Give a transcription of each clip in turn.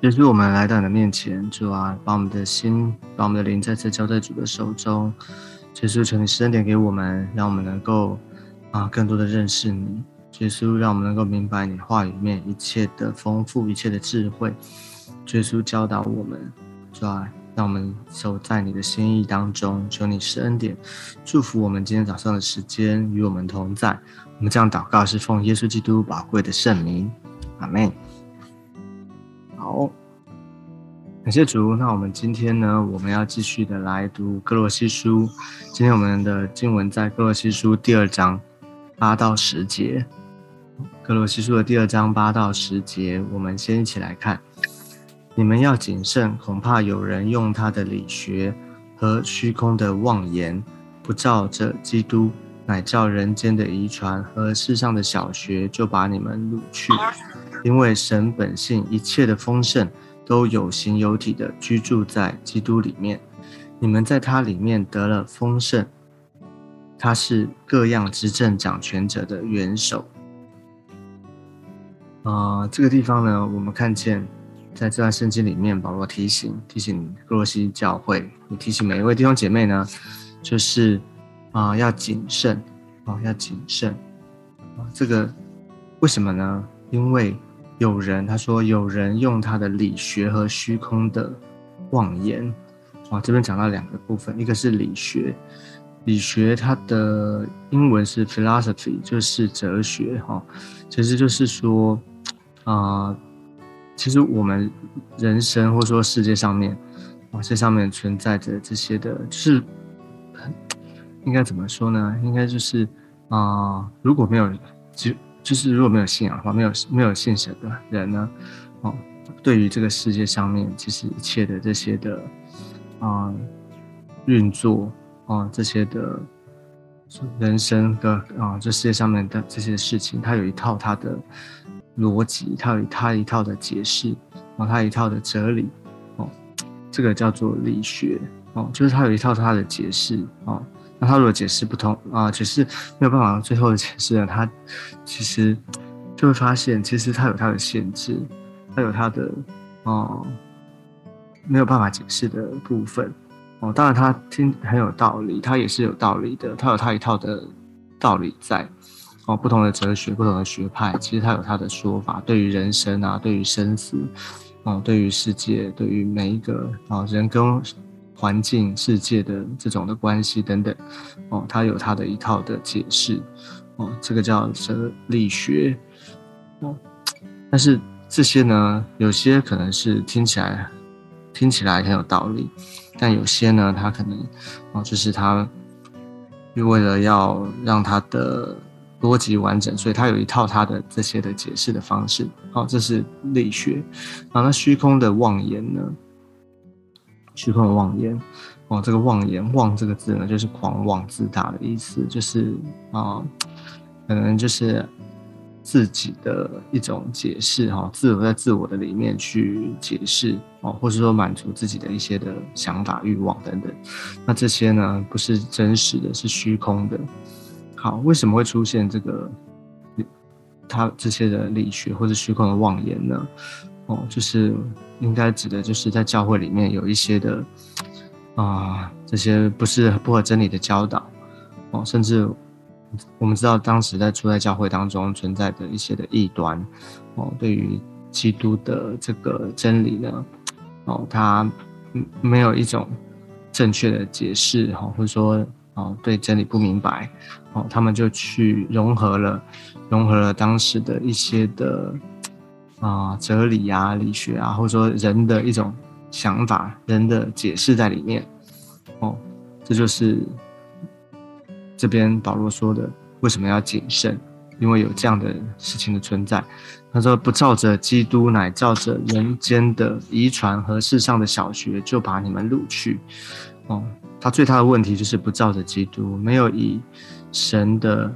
耶稣，我们来到你的面前，主啊，把我们的心，把我们的灵再次交在主的手中。耶稣，求你施恩典给我们，让我们能够更多的认识你。耶稣，让我们能够明白你话语里面一切的丰富，一切的智慧。耶稣教导我们，主啊，让我们走在你的心意当中。求你施恩典，祝福我们今天早上的时间与我们同在。我们这样祷告是奉耶稣基督宝贵的圣名，阿们。好，感谢主。那我们今天呢，我们要继续的来读歌罗西书。今天我们的经文在歌罗西书第2章8到10节。歌罗西书的第2章8到10节，我们先一起来看。你们要谨慎，恐怕有人用他的理学和虚空的妄言，不照着基督，乃照人间的遗传和世上的小学，就把你们掳去。因为神本性一切的丰盛都有形有体的居住在基督里面，你们在他里面得了丰盛，他是各样执政掌权者的元首。这个地方呢，我们看见在这段圣经里面，保罗提醒歌罗西教会，也提醒每一位弟兄姐妹呢，就是要谨慎，要谨慎。这个为什么呢？因为他说有人用他的理学和虚空的妄言。这边讲到2个部分，一个是理学，理学它的英文是 philosophy， 就是哲学，其实就是说其实我们人生或者说世界上面这上面存在着这些的，就是应该怎么说呢？应该就是如果没有信仰的话，没有信神的人呢，对于这个世界上面其实一切的这些的运作这些的人生的这世界上面的这些事情，它有一套它的逻辑，它有它一套的解释，它有一套的哲理，这个叫做理学，就是它有一套它的解释，那它如果解释不同解释没有办法最后的解释呢，它其实就会发现，其实它有它的限制，它有它的没有办法解释的部分。当然它听很有道理，它也是有道理的，它有它一套的道理在。不同的哲学，不同的学派，其实它有它的说法，对于人生对于生死，对于世界，对于每一个人跟环境、世界的这种的关系等等，它有它的一套的解释，这个叫哲理学，但是这些呢，有些可能是听起来很有道理，但有些呢，它可能就是它为了要让它的逻辑完整，所以它有一套它的这些的解释的方式，这是理学。那虚空的妄言呢？虚空的妄言，这个妄言，妄这个字呢，就是狂妄自大的意思，就是可能就是自己的一种解释，在自我的里面去解释，或是说满足自己的一些的想法、欲望等等。那这些呢，不是真实的，是虚空的。好，为什么会出现这个他这些的理学或者虚空的妄言呢？就是应该指的就是在教会里面有一些的这些不合真理的教导，甚至我们知道当时在初代教会当中存在的一些的异端，对于基督的这个真理呢，他没有一种正确的解释，或者说对真理不明白，他们就去融合了当时的一些的哲理理学或者说人的一种想法、人的解释在里面，这就是这边保罗说的为什么要谨慎，因为有这样的事情的存在。他说不照着基督，乃照着人间的遗传和世上的小学，就把你们掳去。他最大的问题就是不照着基督，没有以神的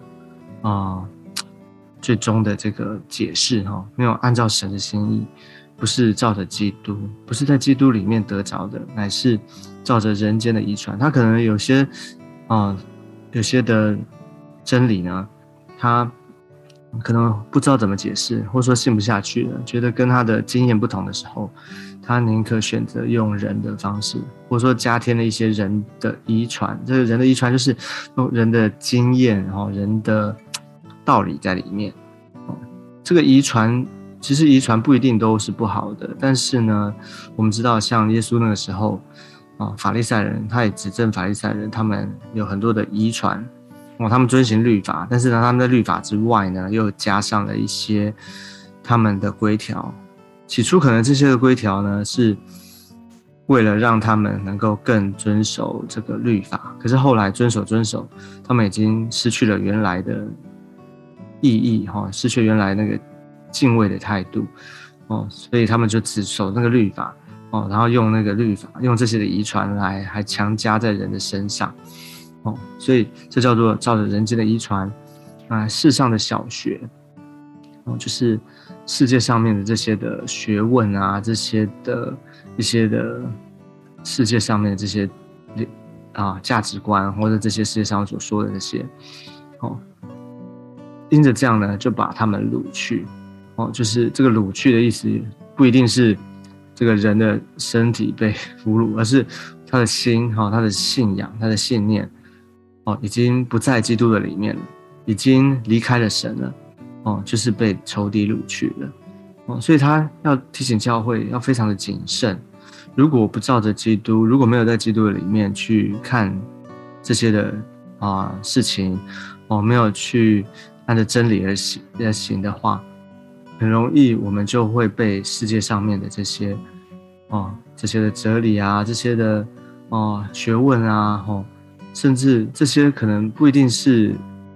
最终的这个解释，没有按照神的心意，不是照着基督，不是在基督里面得着的，乃是照着人间的遗传。他可能有些的真理呢，他可能不知道怎么解释，或者说信不下去了，觉得跟他的经验不同的时候，他宁可选择用人的方式，或者说加添了一些人的遗传。这个人的遗传就是用人的经验，然后人的道理在里面。这个遗传其实遗传不一定都是不好的，但是呢，我们知道像耶稣那个时候法利赛人，他也指证法利赛人，他们有很多的遗传。他们遵循律法，但是呢，他们在律法之外呢，又加上了一些他们的规条。起初可能这些的规条呢，是为了让他们能够更遵守这个律法，可是后来遵守，他们已经失去了原来的意义，失去原来那个敬畏的态度，所以他们就只守那个律法，然后用那个律法，用这些的遗传来还强加在人的身上。所以这叫做照着人间的遗传世上的小学，就是世界上面的这些的学问啊，这些的一些的世界上面的这些价值观，或者这些世界上所说的这些，因着这样呢，就把他们掳去，就是这个掳去的意思，不一定是这个人的身体被俘虏，而是他的心，他的信仰，他的信念。已经不在基督的里面了，已经离开了神了，就是被仇敌掳去了，所以他要提醒教会要非常的谨慎。如果不照着基督，如果没有在基督的里面去看这些的事情，没有去按照真理而行的话，很容易我们就会被世界上面的这些的哲理啊，这些的学问啊，甚至这些可能不一定是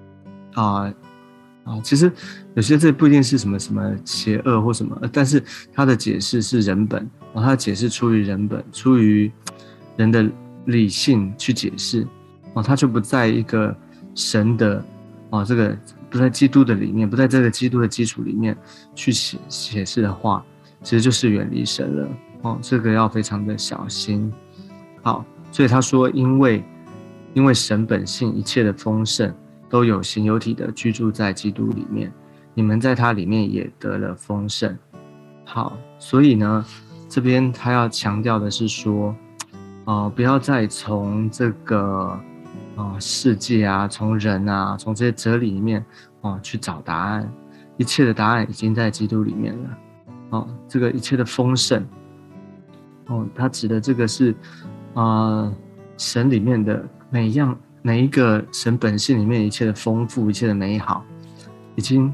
其实有些这不一定是什么什么邪恶或什么，但是他的解释是人本，他的解释出于人本，出于人的理性去解释，他就不在一个神的这个不在基督的里面，不在这个基督的基础里面去解释的话，其实就是远离神了，这个要非常的小心。好，所以他说因为神本性一切的丰盛都有形有体的居住在基督里面，你们在他里面也得了丰盛。好，所以呢，这边他要强调的是说，不要再从这个世界啊，从人啊，从这些哲理里面去找答案，一切的答案已经在基督里面了。这个一切的丰盛，他指的这个是神里面的每一个神本性里面一切的丰富，一切的美好，已经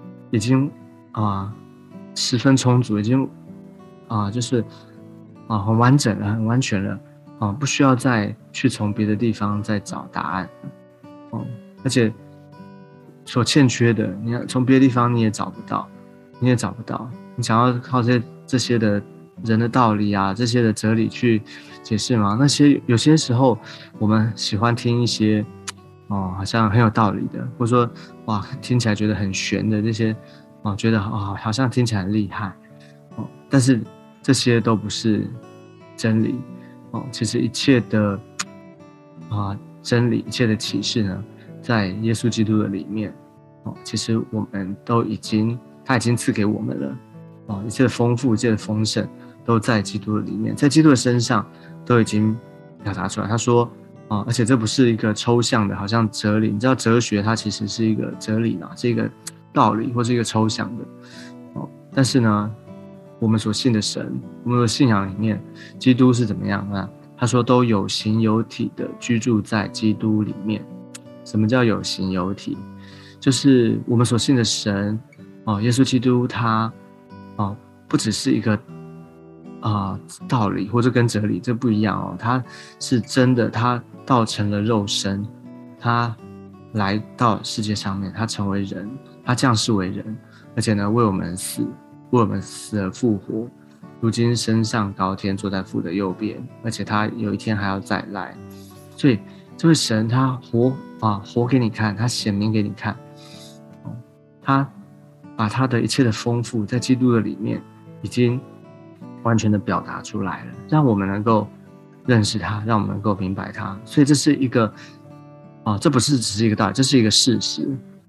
十分充足，已经就是很完整了，很完全了，不需要再去从别的地方再找答案，而且所欠缺的，你要从别的地方你也找不到，你想要靠这些的人的道理啊，这些的哲理去解释吗？那些有些时候我们喜欢听一些好像很有道理的，或者说哇听起来觉得很玄的这些觉得好像听起来很厉害但是这些都不是真理其实一切的真理，一切的启示呢，在耶稣基督的里面其实我们他已经赐给我们了一切的丰富，一切的丰盛都在基督的里面，在基督的身上都已经表达出来。他说而且这不是一个抽象的，好像哲理。你知道哲学它其实是一个哲理嘛，是一个道理或是一个抽象的但是呢，我们所信的神，我们的信仰里面，基督是怎么样呢？他说都有形有体的居住在基督里面。什么叫有形有体？就是我们所信的神耶稣基督他不只是一个道理或者跟哲理这不一样他是真的，他道成了肉身，他来到世界上面，他成为人，他降世为人，而且呢为我们死而复活，如今升上高天，坐在父的右边，而且他有一天还要再来。所以这位神他活给你看，他显明给你看他把他的一切的丰富在基督的里面已经完全的表达出来了，让我们能够认识他，让我们能够明白他。所以这是一个这不是只是一个道理，这是一个事实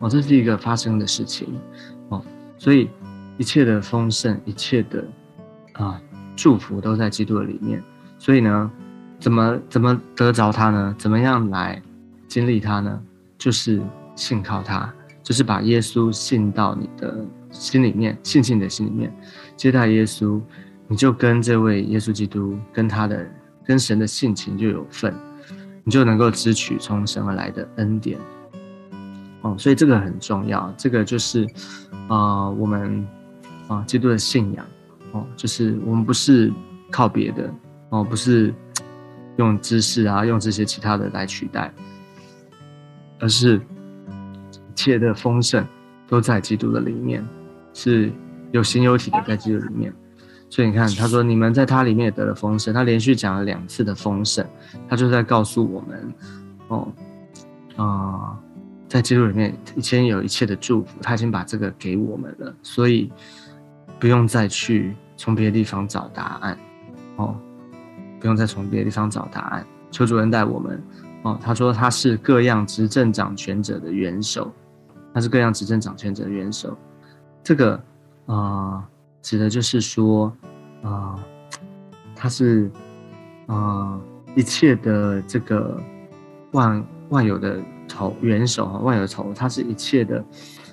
这是一个发生的事情所以一切的丰盛，一切的祝福都在基督的里面。所以呢，怎么得着它呢？怎么样来经历它呢？就是信靠它，就是把耶稣信到你的心里面，信进你的心里面，接待耶稣，你就跟这位耶稣基督跟神的性情就有份，你就能够支取从神而来的恩典所以这个很重要。这个就是我们基督的信仰就是我们不是靠别的不是用知识用这些其他的来取代，而是一切的丰盛都在基督的里面，是有形有体的在基督里面。所以你看他说你们在他里面也得了丰盛，他连续讲了2次的丰盛，他就在告诉我们在基督里面以前有一切的祝福，他已经把这个给我们了，所以不用再去从别的地方找答案不用再从别的地方找答案。求主恩待我们他说他是各样执政掌权者的元首，他是各样执政掌权者的元首。这个指的就是说他是一切的这个万有的头，元首万有的头，他是一切的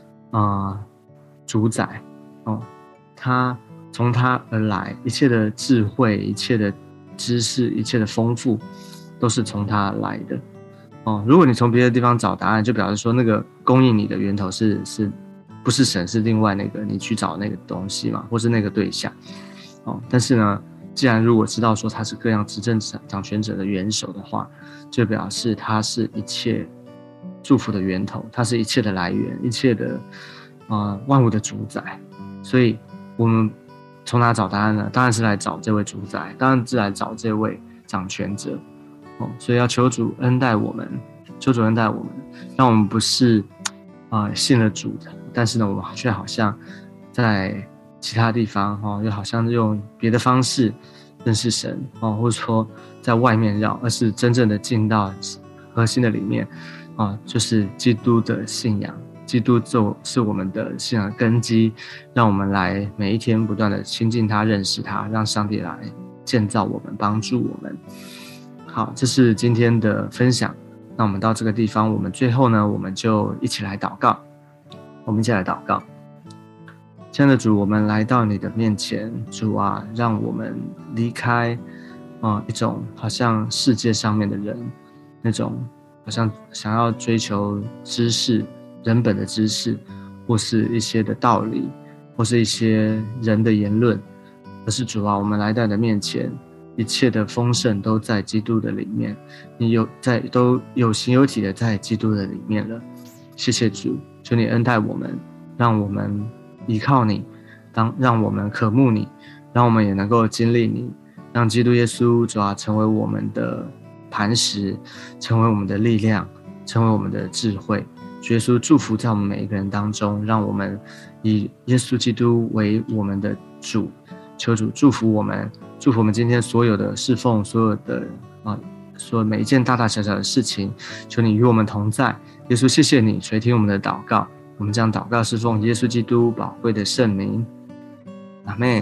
主宰他从他而来，一切的智慧，一切的知识，一切的丰富都是从他而来的如果你从别的地方找答案，就表示说那个供应你的源头是不是神，是另外那个你去找那个东西嘛，或是那个对象但是呢，既然如果知道说他是各样执政掌权者的元首的话，就表示他是一切祝福的源头，他是一切的来源，一切的万物的主宰。所以我们从哪找答案呢？当然是来找这位主宰，当然是来找这位掌权者所以要求主恩待我们，求主恩待我们，让我们不是信了主的，但是呢我们却好像在其他地方又好像用别的方式认识神或者说在外面绕，而是真正的进到核心的里面就是基督的信仰。基督就是我们的信仰的根基，让我们来每一天不断的亲近他，认识他，让上帝来建造我们，帮助我们。好，这是今天的分享。那我们到这个地方，我们最后呢，我们就一起来祷告。我们一起来祷告。亲爱的主，我们来到你的面前，主啊，让我们离开一种好像世界上面的人，那种好像想要追求知识，人本的知识，或是一些的道理，或是一些人的言论，而是主啊，我们来到你的面前，一切的丰盛都在基督的里面，你都有形有体的在基督的里面了。谢谢主，求你恩待我们，让我们依靠你，让我们渴慕你，让我们也能够经历你，让基督耶稣主啊成为我们的磐石，成为我们的力量，成为我们的智慧。主耶稣祝福在我们每一个人当中，让我们以耶稣基督为我们的主。求主祝福我们，祝福我们今天所有的侍奉，所有的所有每一件大大小小的事情，求你与我们同在。耶稣，谢谢你垂听我们的祷告，我们将祷告侍奉耶稣基督宝贵的圣名。阿们。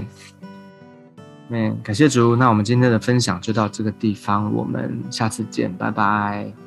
感谢主。那我们今天的分享就到这个地方，我们下次见，拜拜。